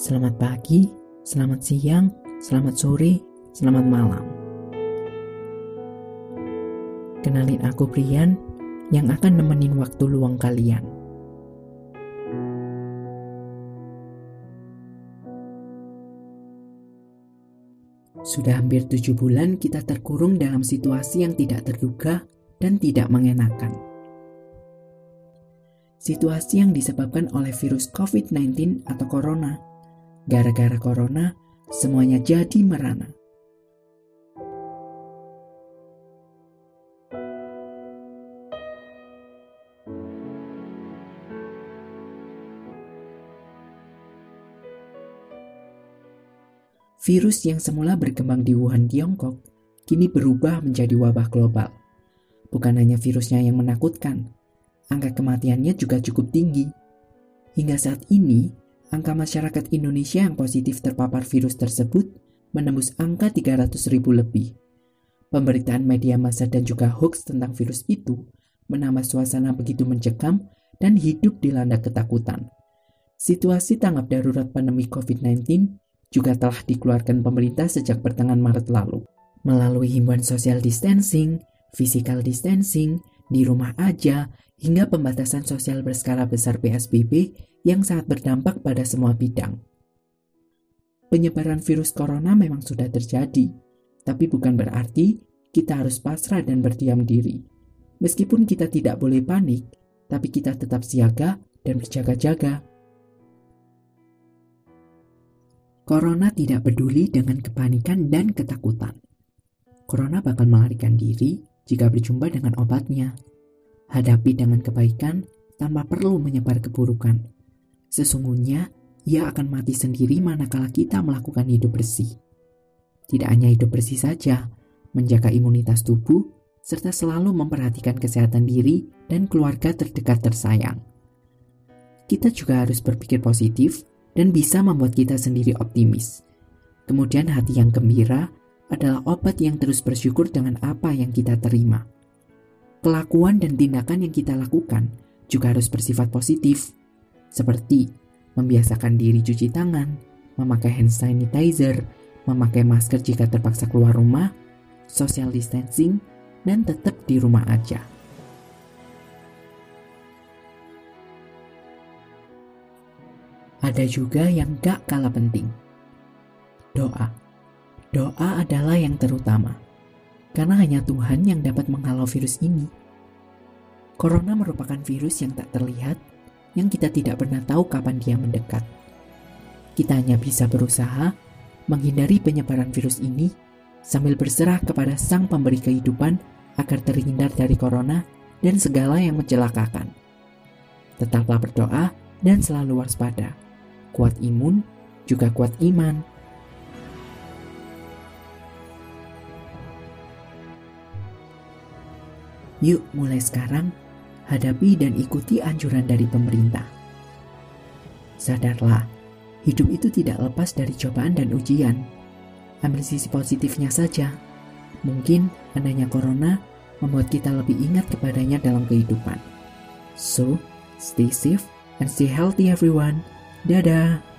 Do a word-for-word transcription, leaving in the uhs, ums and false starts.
Selamat pagi, selamat siang, selamat sore, selamat malam. Kenalin aku Brian yang akan nemenin waktu luang kalian. Sudah hampir tujuh bulan kita terkurung dalam situasi yang tidak terduga dan tidak mengenakan. Situasi yang disebabkan oleh virus covid sembilan belas atau corona. Gara-gara corona, semuanya jadi merana. Virus yang semula berkembang di Wuhan, Tiongkok, kini berubah menjadi wabah global. Bukan hanya virusnya yang menakutkan, angka kematiannya juga cukup tinggi. Hingga saat ini, angka masyarakat Indonesia yang positif terpapar virus tersebut menembus angka tiga ratus ribu lebih. Pemberitaan media massa dan juga hoax tentang virus itu menambah suasana begitu mencekam dan hidup dilanda ketakutan. Situasi tanggap darurat pandemi covid sembilan belas juga telah dikeluarkan pemerintah sejak pertengahan Maret lalu. Melalui himbauan social distancing, physical distancing, di rumah aja, hingga pembatasan sosial berskala besar P S B B yang sangat berdampak pada semua bidang. Penyebaran virus corona memang sudah terjadi, tapi bukan berarti kita harus pasrah dan berdiam diri. Meskipun kita tidak boleh panik, tapi kita tetap siaga dan berjaga-jaga. Corona tidak peduli dengan kepanikan dan ketakutan. Corona bakal melarikan diri jika berjumpa dengan obatnya. Hadapi dengan kebaikan tanpa perlu menyebar keburukan. Sesungguhnya, ia akan mati sendiri manakala kita melakukan hidup bersih. Tidak hanya hidup bersih saja, menjaga imunitas tubuh, serta selalu memperhatikan kesehatan diri dan keluarga terdekat tersayang. Kita juga harus berpikir positif dan bisa membuat kita sendiri optimis. Kemudian hati yang gembira adalah obat yang terus bersyukur dengan apa yang kita terima. Kelakuan dan tindakan yang kita lakukan juga harus bersifat positif, seperti membiasakan diri cuci tangan, memakai hand sanitizer, memakai masker jika terpaksa keluar rumah, social distancing, dan tetap di rumah aja. Ada juga yang gak kalah penting. Doa. Doa adalah yang terutama. Karena hanya Tuhan yang dapat menghalau virus ini. Corona merupakan virus yang tak terlihat, yang kita tidak pernah tahu kapan dia mendekat. Kita hanya bisa berusaha menghindari penyebaran virus ini sambil berserah kepada Sang Pemberi kehidupan agar terhindar dari corona dan segala yang mencelakakan. Tetaplah berdoa dan selalu waspada. Kuat imun, juga kuat iman. Yuk mulai sekarang, hadapi dan ikuti anjuran dari pemerintah. Sadarlah, hidup itu tidak lepas dari cobaan dan ujian. Ambil sisi positifnya saja. Mungkin adanya corona membuat kita lebih ingat kepadanya dalam kehidupan. So, stay safe and stay healthy everyone. Dadah!